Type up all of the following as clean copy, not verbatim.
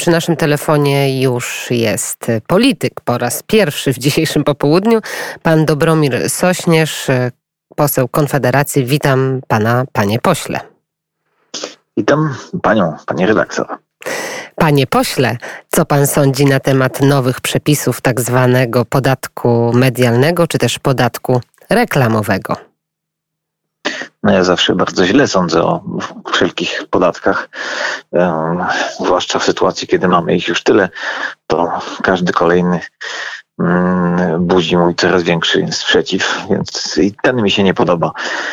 przy naszym telefonie już jest polityk po raz pierwszy w dzisiejszym popołudniu. Pan Dobromir Sośnierz, poseł Konfederacji. Witam pana, panie pośle. Witam panią, pani redaktor. Panie pośle, co pan sądzi na temat nowych przepisów tak zwanego podatku medialnego, czy też podatku reklamowego? No ja zawsze bardzo źle sądzę o wszelkich podatkach, zwłaszcza w sytuacji, kiedy mamy ich już tyle, to każdy kolejny budzi mój coraz większy sprzeciw, więc i ten mi się nie podoba.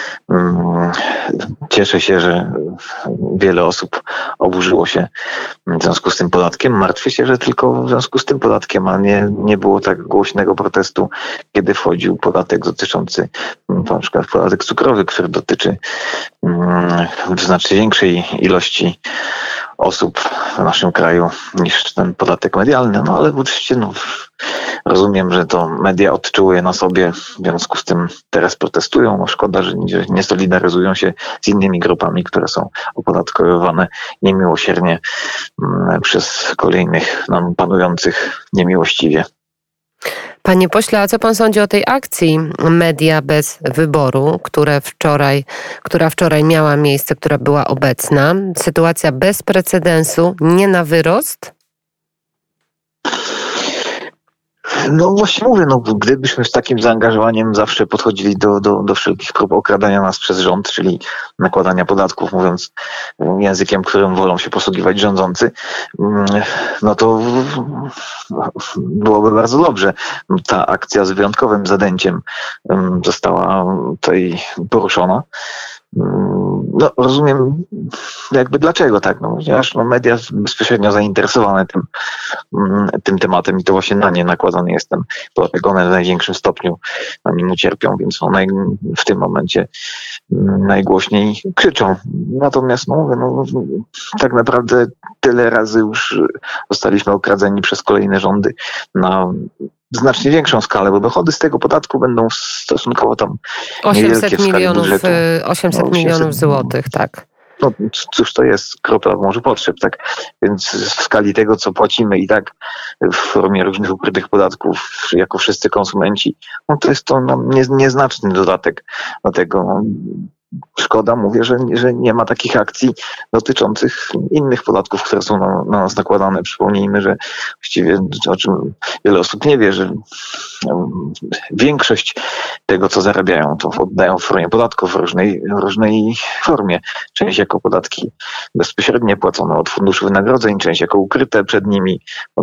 Cieszę się, że wiele osób oburzyło się w związku z tym podatkiem. Martwię się, że tylko w związku z tym podatkiem, a nie było tak głośnego protestu, kiedy wchodził podatek dotyczący, na przykład podatek cukrowy, który dotyczy znacznie większej ilości osób w naszym kraju niż ten podatek medialny. No ale oczywiście rozumiem, że to media odczuły na sobie, w związku z tym teraz protestują. No szkoda, że nie solidaryzują się z innymi grupami, które są opodatkowywane niemiłosiernie przez kolejnych nam panujących niemiłościwie. Panie pośle, a co pan sądzi o tej akcji Media bez wyboru, która wczoraj miała miejsce, która była obecna? Sytuacja bez precedensu, nie na wyrost? No właśnie mówię, gdybyśmy z takim zaangażowaniem zawsze podchodzili do wszelkich prób okradania nas przez rząd, czyli nakładania podatków, mówiąc językiem, którym wolą się posługiwać rządzący, no to byłoby bardzo dobrze. Ta akcja z wyjątkowym zadęciem została tutaj poruszona. No rozumiem jakby dlaczego tak, ponieważ media bezpośrednio zainteresowane tym tematem i to właśnie na nie nakładany jest ten podatek. One w największym stopniu na nim ucierpią, więc one w tym momencie najgłośniej krzyczą. Natomiast tak naprawdę tyle razy już zostaliśmy okradzeni przez kolejne rządy na znacznie większą skalę, bo dochody z tego podatku będą stosunkowo tam niewielkie w skali budżetu. 800 milionów złotych, tak. No cóż to jest, kropla w morzu potrzeb, tak? Więc w skali tego, co płacimy i tak w formie różnych ukrytych podatków, jako wszyscy konsumenci, to jest to nieznaczny dodatek do tego. Szkoda, mówię, że nie ma takich akcji dotyczących innych podatków, które są na nas nakładane. Przypomnijmy, że właściwie, o czym wiele osób nie wie, że większość tego, co zarabiają, to oddają w formie podatków w różnej formie. Część jako podatki bezpośrednie płacone od funduszu wynagrodzeń, część jako ukryte przed nimi.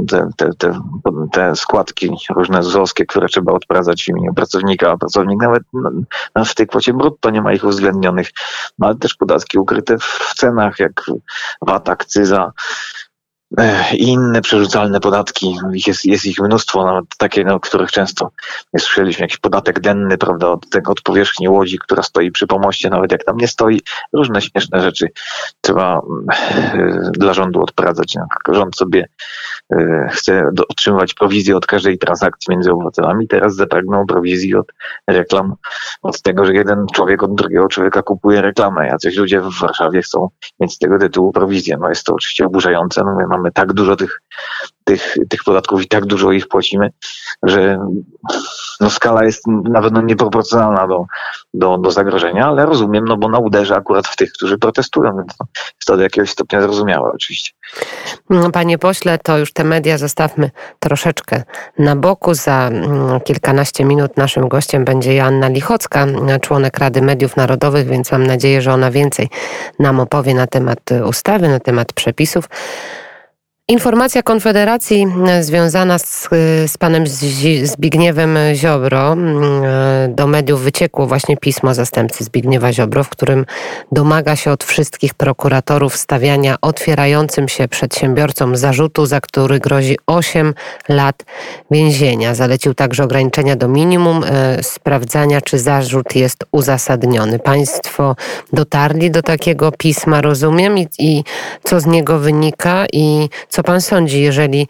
Te składki różne ZUS-owskie, które trzeba odprowadzać w imieniu pracownika, a pracownik nawet w tej kwocie brutto nie ma ich uwzględnionych. Ale też podatki ukryte w cenach, jak VAT, akcyza i inne przerzucalne podatki. Jest ich mnóstwo, nawet takie, o których często nie słyszeliśmy. Jakiś podatek denny, prawda, od powierzchni łodzi, która stoi przy pomoście, nawet jak tam nie stoi. Różne śmieszne rzeczy trzeba dla rządu odprowadzać. Rząd sobie chce otrzymywać prowizję od każdej transakcji między obywatelami. Teraz zapragnął prowizji od reklam, od tego, że jeden człowiek od drugiego człowieka kupuje reklamę. Jacyś ludzie w Warszawie chcą mieć z tego tytułu prowizję. Jest to oczywiście oburzające. Mamy tak dużo tych podatków i tak dużo ich płacimy, że skala jest nawet nieproporcjonalna do zagrożenia, ale rozumiem, bo ona uderza akurat w tych, którzy protestują, więc jest to do jakiegoś stopnia zrozumiałe oczywiście. Panie pośle, to już te media zostawmy troszeczkę na boku. Za kilkanaście minut naszym gościem będzie Joanna Lichocka, członek Rady Mediów Narodowych, więc mam nadzieję, że ona więcej nam opowie na temat ustawy, na temat przepisów. Informacja Konfederacji związana z panem Zbigniewem Ziobro. Do mediów wyciekło właśnie pismo zastępcy Zbigniewa Ziobro, w którym domaga się od wszystkich prokuratorów stawiania otwierającym się przedsiębiorcom zarzutu, za który grozi 8 lat więzienia. Zalecił także ograniczenia do minimum sprawdzania, czy zarzut jest uzasadniony. Państwo dotarli do takiego pisma, rozumiem, i co z niego wynika i co pan sądzi,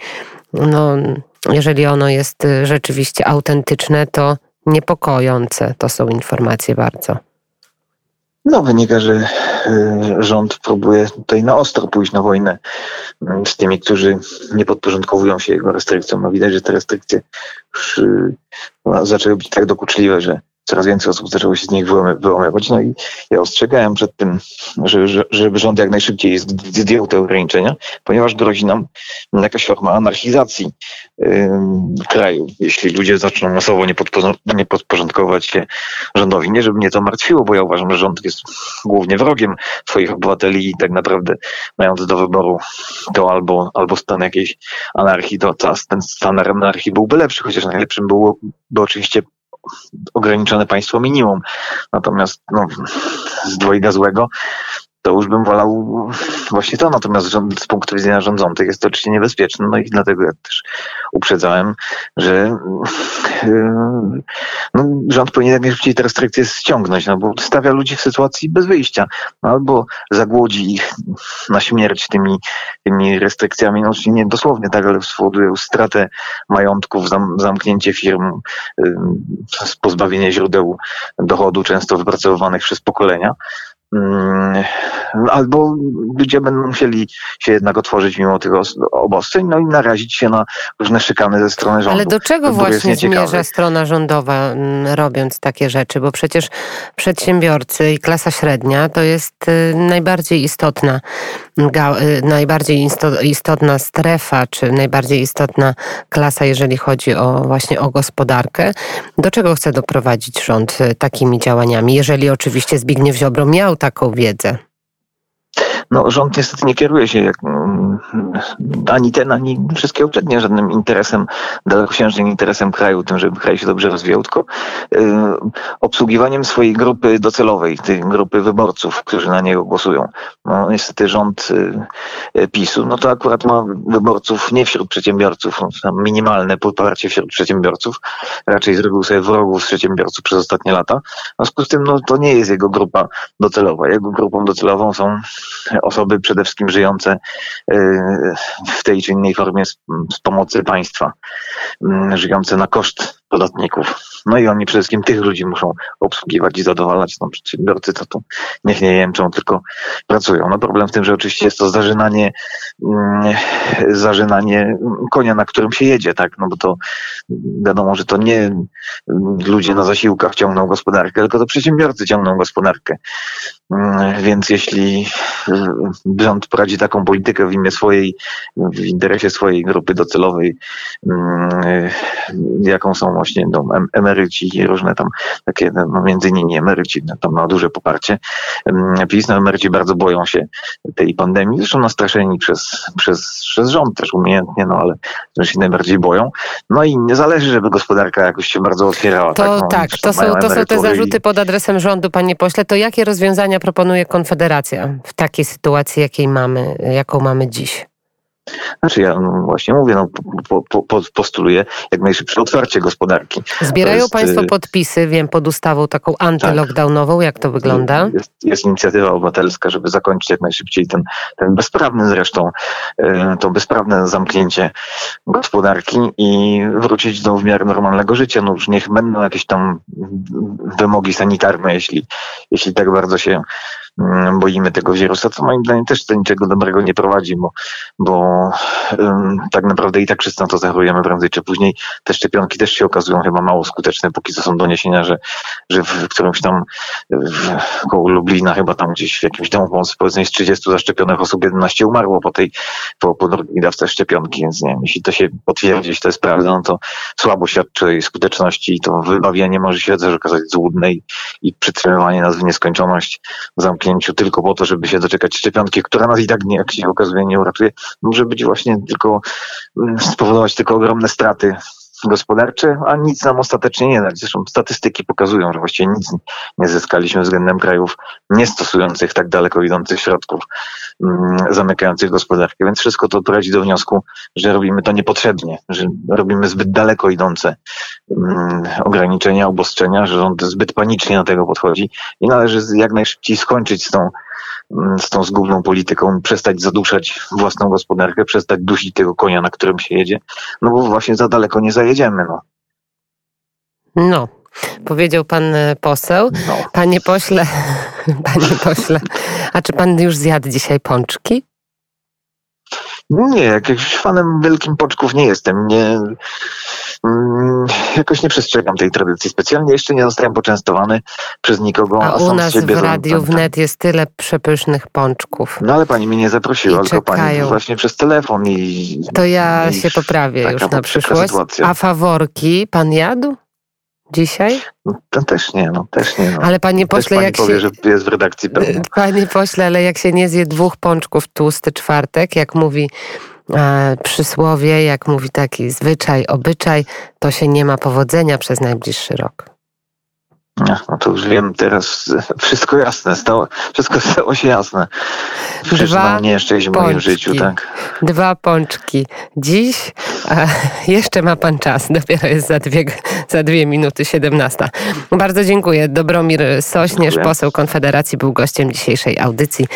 jeżeli ono jest rzeczywiście autentyczne, to niepokojące to są informacje bardzo. No, wynika, że rząd próbuje tutaj na ostro pójść na wojnę z tymi, którzy nie podporządkowują się jego restrykcjom. No, widać, że te restrykcje już zaczęły być tak dokuczliwe, że coraz więcej osób zaczęło się z nich wyłamywać. No i ja ostrzegałem przed tym, żeby rząd jak najszybciej zdjął te ograniczenia, ponieważ grozi nam jakaś forma anarchizacji kraju, jeśli ludzie zaczną masowo nie podporządkować się rządowi. Nie, żeby mnie to martwiło, bo ja uważam, że rząd jest głównie wrogiem swoich obywateli i tak naprawdę mając do wyboru to albo stan jakiejś anarchii, to ten stan anarchii byłby lepszy, chociaż najlepszym byłoby oczywiście ograniczone państwo minimum. Natomiast z dwojga złego to już bym wolał właśnie to. Natomiast z punktu widzenia rządzących jest to oczywiście niebezpieczne. No i dlatego ja też uprzedzałem, że rząd powinien jak najszybciej te restrykcje ściągnąć, bo stawia ludzi w sytuacji bez wyjścia. Albo zagłodzi ich na śmierć tymi restrykcjami, nie dosłownie tak, ale spowoduje stratę majątków, zamknięcie firm, pozbawienie źródeł dochodu, często wypracowywanych przez pokolenia. Albo ludzie będą musieli się jednak otworzyć mimo tych obostrzeń, i narazić się na różne szykany ze strony rządu. Ale do czego właśnie zmierza strona rządowa, robiąc takie rzeczy? Bo przecież przedsiębiorcy i klasa średnia to jest najbardziej istotna strefa, czy najbardziej istotna klasa, jeżeli chodzi właśnie o gospodarkę. Do czego chce doprowadzić rząd takimi działaniami, jeżeli oczywiście Zbigniew Ziobro miał taką wiedzę? Rząd niestety nie kieruje się ani ten, ani wszystkie poprzednie żadnym interesem, dalekosiężnym interesem kraju, tym, żeby kraj się dobrze rozwijał, tylko obsługiwaniem swojej grupy docelowej, tej grupy wyborców, którzy na niego głosują. Niestety rząd PiS-u, to akurat ma wyborców nie wśród przedsiębiorców, tam minimalne poparcie wśród przedsiębiorców, raczej zrobił sobie wrogów z przedsiębiorców przez ostatnie lata. W związku z tym to nie jest jego grupa docelowa. Jego grupą docelową są osoby przede wszystkim żyjące w tej czy innej formie z pomocy państwa, żyjące na koszt podatników. I oni przede wszystkim tych ludzi muszą obsługiwać i zadowalać. Przedsiębiorcy to niech nie jęczą, tylko pracują. Problem w tym, że oczywiście jest to zażynanie konia, na którym się jedzie, tak? Bo to wiadomo, że to nie ludzie na zasiłkach ciągną gospodarkę, tylko to przedsiębiorcy ciągną gospodarkę. Więc jeśli rząd prowadzi taką politykę w interesie swojej grupy docelowej, jaką są właśnie emeryci i różne tam takie, między innymi emeryci, tam ma duże poparcie. PiS, emeryci bardzo boją się tej pandemii, zresztą nastraszeni przez rząd też umiejętnie, ale się najbardziej boją. I nie zależy, żeby gospodarka jakoś się bardzo otwierała. To są te zarzuty pod adresem rządu, panie pośle. To jakie rozwiązania proponuje Konfederacja w takiej sytuacji, jaką mamy dziś? Ja właśnie mówię, postuluję jak najszybsze otwarcie gospodarki. Zbierają państwo podpisy, wiem, pod ustawą taką antylockdownową. Jak to wygląda? Jest inicjatywa obywatelska, żeby zakończyć jak najszybciej ten bezprawny zresztą, to bezprawne zamknięcie gospodarki i wrócić do w miarę normalnego życia. Już niech będą jakieś tam wymogi sanitarne, jeśli tak bardzo się boimy tego wirusa, co moim zdaniem też do niczego dobrego nie prowadzi, bo tak naprawdę i tak wszyscy na to zachorujemy prędzej czy później. Te szczepionki też się okazują chyba mało skuteczne, póki co są doniesienia, że w którymś tam koło Lublina, chyba tam gdzieś w jakimś domu pomocy społecznej z 30 zaszczepionych osób 11 umarło po drugiej dawce szczepionki, więc nie wiem, jeśli to się potwierdzi, jeśli to jest prawda, to słabo świadczy o jej skuteczności i to wybawienie może się też okazać złudne i przytrzymywanie nas w nieskończoność w zamknięciu tylko po to, żeby się doczekać szczepionki, która nas i tak, jak się okazuje, nie uratuje, może być właśnie spowodować tylko ogromne straty gospodarcze, a nic nam ostatecznie nie dać. Zresztą statystyki pokazują, że właściwie nic nie zyskaliśmy względem krajów nie stosujących tak daleko idących środków zamykających gospodarkę. Więc wszystko to prowadzi do wniosku, że robimy to niepotrzebnie, że robimy zbyt daleko idące ograniczenia, obostrzenia, że rząd zbyt panicznie do tego podchodzi i należy jak najszybciej skończyć z tą zgubną polityką, przestać zaduszać własną gospodarkę, przestać dusić tego konia, na którym się jedzie, bo właśnie za daleko nie zajedziemy. powiedział pan poseł. No. Panie pośle, a czy pan już zjadł dzisiaj pączki? Nie, jakimś fanem wielkim pączków nie jestem. Jakoś nie przestrzegam tej tradycji specjalnie. Jeszcze nie zostałem poczęstowany przez nikogo. A u sam z nas siebie w Radiu Wnet jest tyle przepysznych pączków. No ale pani mnie nie zaprosiła, I tylko pani czekają. właśnie przez telefon To ja się poprawię już na przyszłość. Sytuacja. A faworki pan jadł dzisiaj? To też nie. No. Ale panie Też pośle, pani jak powie, się... że jest w redakcji pełno. Panie pośle, ale jak się nie zje 2 pączków tłusty czwartek, jak mówi przysłowie, jak mówi taki zwyczaj, obyczaj, to się nie ma powodzenia przez najbliższy rok. No to już wiem teraz. Wszystko jasne. Wszystko stało się jasne. Przyznam nieszczęść w moim życiu, tak. 2 pączki dziś. Jeszcze ma pan czas. Dopiero jest za 2 minuty 17. Bardzo dziękuję. Dobromir Sośnierz, poseł Konfederacji, był gościem dzisiejszej audycji.